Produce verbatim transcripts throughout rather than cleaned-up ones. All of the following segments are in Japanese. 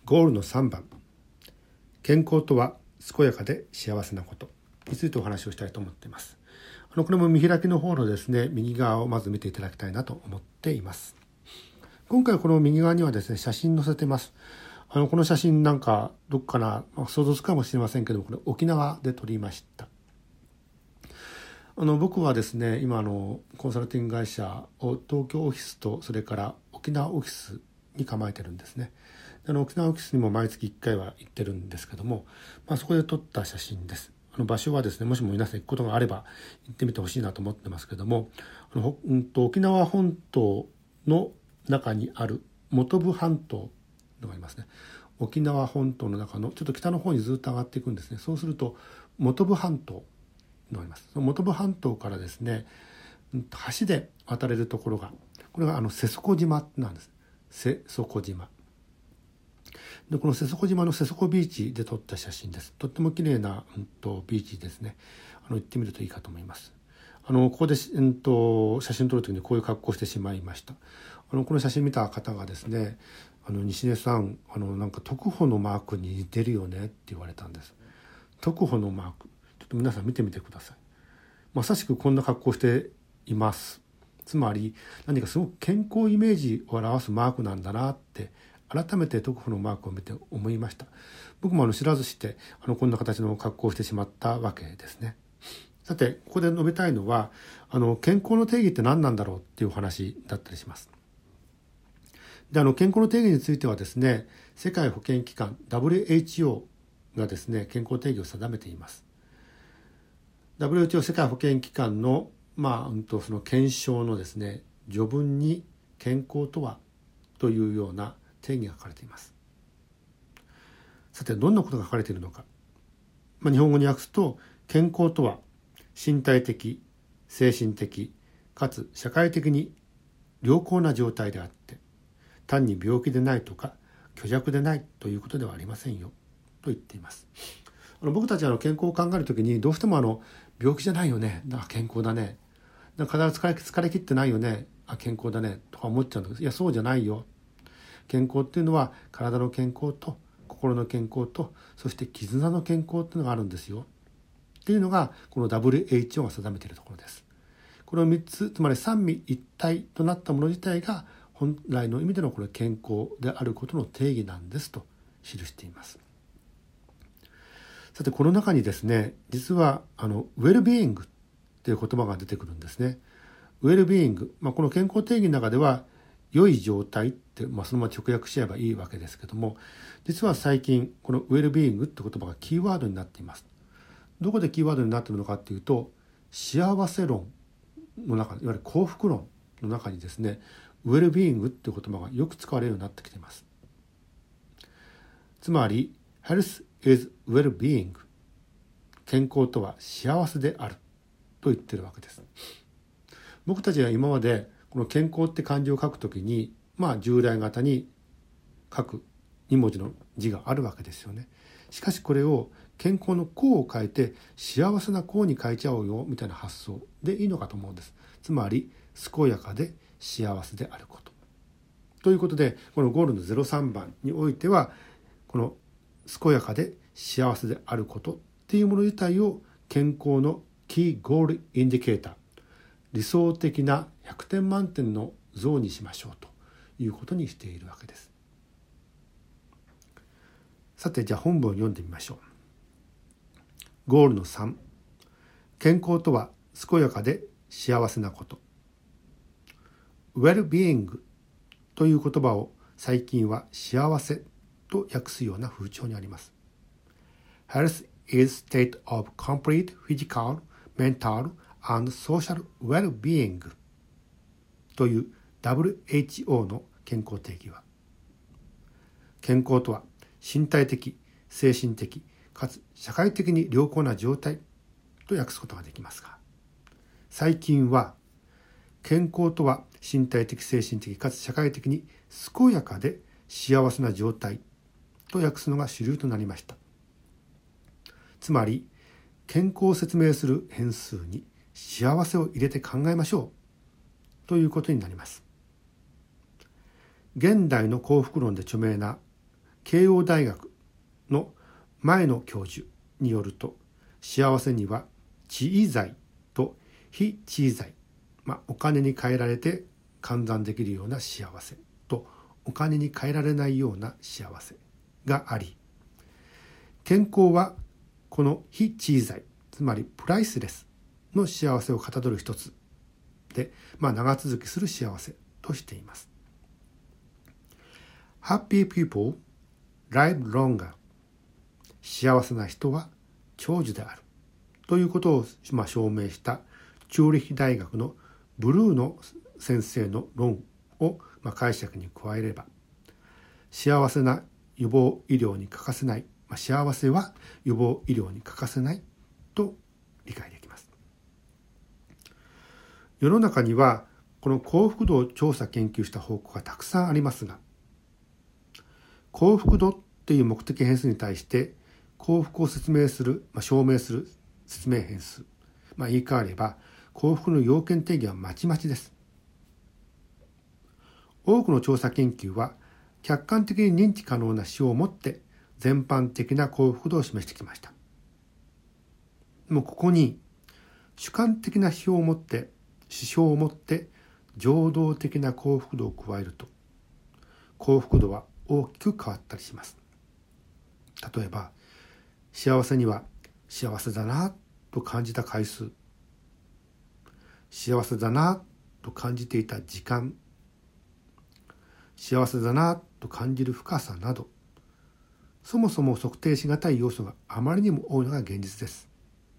ゴールのさんばん、健康とは健やかで幸せなことについてお話をしたいと思っています。あのこれも見開きの方のですね、右側をまず見ていただきたいなと思っています。今回この右側にはですね、写真載せてます。あのこの写真なんかどっかな、まあ、想像つくかもしれませんけども、これ沖縄で撮りました。あの僕はですね、今あのコンサルティング会社を東京オフィスとそれから沖縄オフィスに構えてるんですね。あの沖縄オフィスにも毎月いっかいは行ってるんですけども、まあ、そこで撮った写真です。あの場所はですね、もしも皆さん行くことがあれば行ってみてほしいなと思ってますけども、あの、うん、と沖縄本島の中にある本部半島のがありますね。沖縄本島の中のちょっと北の方にずっと上がっていくんですね。そうすると本部半島のあります。その本部半島からですね、橋で渡れるところが、これがあの瀬底島なんです。瀬底島で、この瀬底島の瀬底ビーチで撮った写真です。とっても綺麗な、うん、とビーチですね。あの行ってみるといいかと思います。あのここで、うん、と写真を撮るときにこういう格好をしてしまいました。あのこの写真見た方がですね、あの西根さん、あのなんか特保のマークに似てるよねって言われたんです。特保のマーク、ちょっと皆さん見てみてください。まさしくこんな格好をしています。つまり何かすごく健康イメージを表すマークなんだなって改めて特保のマークを見て思いました。僕もあの知らずしてあのこんな形の格好をしてしまったわけですね。さて、ここで述べたいのは、あの健康の定義って何なんだろうっていうお話だったりします。で、あの健康の定義についてはですね、世界保健機関 ダブリューエイチオー がですね、健康定義を定めています。ダブリューエイチオー 世界保健機関のまあ、うんとその検証のですね、序文に健康とはというような定義が書かれています。さて、どんなことが書かれているのか。まあ、日本語に訳すと、健康とは身体的、精神的、かつ社会的に良好な状態であって、単に病気でないとか虚弱でないということではありませんよと言っています。あの僕たちはあの健康を考えるときにどうしてもあの病気じゃないよね、あ健康だね、体疲れ疲れきってないよね、あ健康だねとか思っちゃうんです。いやそうじゃないよ。健康っていうのは体の健康と心の健康とそして絆の健康っていうのがあるんですよっていうのがこの ダブリューエイチオー が定めているところです。このみっつ、つまり三位一体となったもの自体が本来の意味でのこれ健康であることの定義なんですと記しています。さて、この中にですね、実はあのウェルビーイングという言葉が出てくるんですね。ウェルビーイング、まあ、この健康定義の中では良い状態って、まあ、そのまま直訳しちゃえばいいわけですけども、実は最近このウェルビーイングって言葉がキーワードになっています。どこでキーワードになっているのかっていうと、幸せ論の中、いわゆる幸福論の中にですね、ウェルビーイングっていう言葉がよく使われるようになってきています。つまり Health is well-being、 健康とは幸せであると言ってるわけです。僕たちは今までこの健康って漢字を書くときに、まあ従来型に書くに文字の字があるわけですよね。しかしこれを健康の幸を変えて幸せな幸に変えちゃおうよみたいな発想でいいのかと思うんです。つまり健やかで幸せであること。ということで、このゴールのゼロさんばんにおいては、この健やかで幸せであることっていうもの自体を健康のキーゴールインディケーター、理想的なひゃくてん満点の像にしましょうということにしているわけです。さて、じゃあ本文を読んでみましょう。ゴールのさん、健康とは健やかで幸せなこと。ウェルビーイングという言葉を最近は幸せと訳すような風潮にあります。Health is state of complete physical, mental, and social well-being という ダブリューエイチオー の健康定義は、健康とは身体的、精神的、かつ社会的に良好な状態と訳すことができますが、最近は健康とは身体的、精神的、かつ社会的に健やかで幸せな状態と訳すのが主流となりました。つまり健康を説明する変数に幸せを入れて考えましょうということになります。現代の幸福論で著名な慶応大学の前野教授によると、幸せには地位財と非地位財、まあ、お金に換えられて換算できるような幸せとお金に換えられないような幸せがあり、健康はこの非地位財、つまりプライスレスの幸せをかたどる一つで、まあ、長続きする幸せとしています。Happy people live longer。幸せな人は長寿であるということを、まあ、証明したチューリヒ大学のブルーノ先生の論を、まあ、解釈に加えれば、幸せな予防医療に欠かせない、まあ、幸せは予防医療に欠かせないと理解できます。世の中にはこの幸福度を調査研究した報告がたくさんありますが、幸福度っていう目的変数に対して幸福を説明する、まあ、証明する説明変数、まあ、言い換われば幸福の要件定義はまちまちです。多くの調査研究は客観的に認知可能な指標を持って全般的な幸福度を示してきました。でもここに主観的な指標を持って指標を持って情動的な幸福度を加えると、幸福度は大きく変わったりします。例えば、幸せには幸せだなと感じた回数、幸せだなと感じていた時間、幸せだなと感じる深さなど、そもそも測定しがたい要素があまりにも多いのが現実です。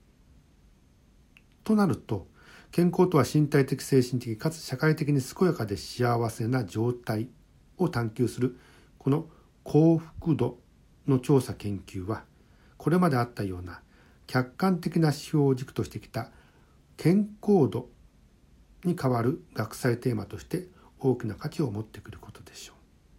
となると、健康とは身体的精神的かつ社会的に健やかで幸せな状態を探求するこの幸福度の調査研究は、これまであったような客観的な指標を軸としてきた健康度に代わる学際テーマとして大きな価値を持ってくることでしょう。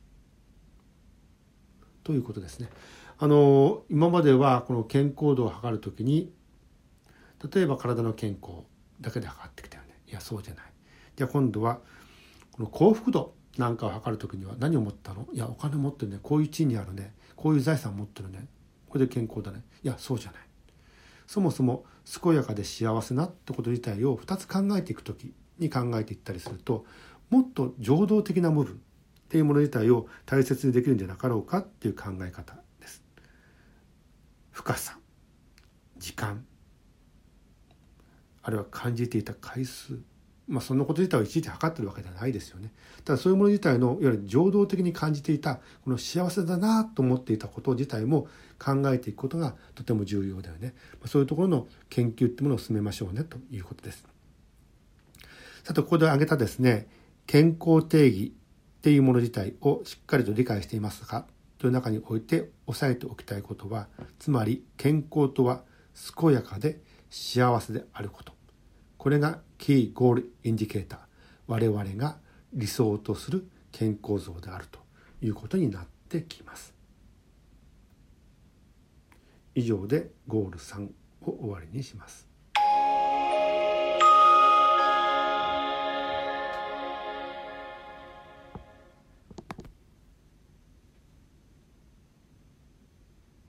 ということですね。あの今まではこの健康度を測るときに、例えば体の健康だけで測ってきたよね。いや、そうじゃない。じゃあ今度はこの幸福度なんかを測るときには何を持ったの？いや、お金持ってるね。こういう地位にあるね。こういう財産を持ってるね。これで健康だね。いや、そうじゃない。そもそも健やかで幸せなってこと自体をふたつ考えていくときに考えていったりすると、もっと情動的な部分っていうもの自体を大切にできるんじゃなかろうかっていう考え方です。深さ、時間、あるいは感じていた回数、まあそんなこと自体をいちいち測ってるわけではないですよね。ただそういうもの自体のいわゆる情動的に感じていたこの幸せだなと思っていたこと自体も考えていくことがとても重要だよね。そういうところの研究ってものを進めましょうねということです。さてここで挙げたですね、健康定義っていうもの自体をしっかりと理解していますかという中において押さえておきたいことは、つまり健康とは健やかで幸せであること。これがキーゴールインディケーター、我々が理想とする健康像であるということになってきます。以上でゴールさんを終わりにします。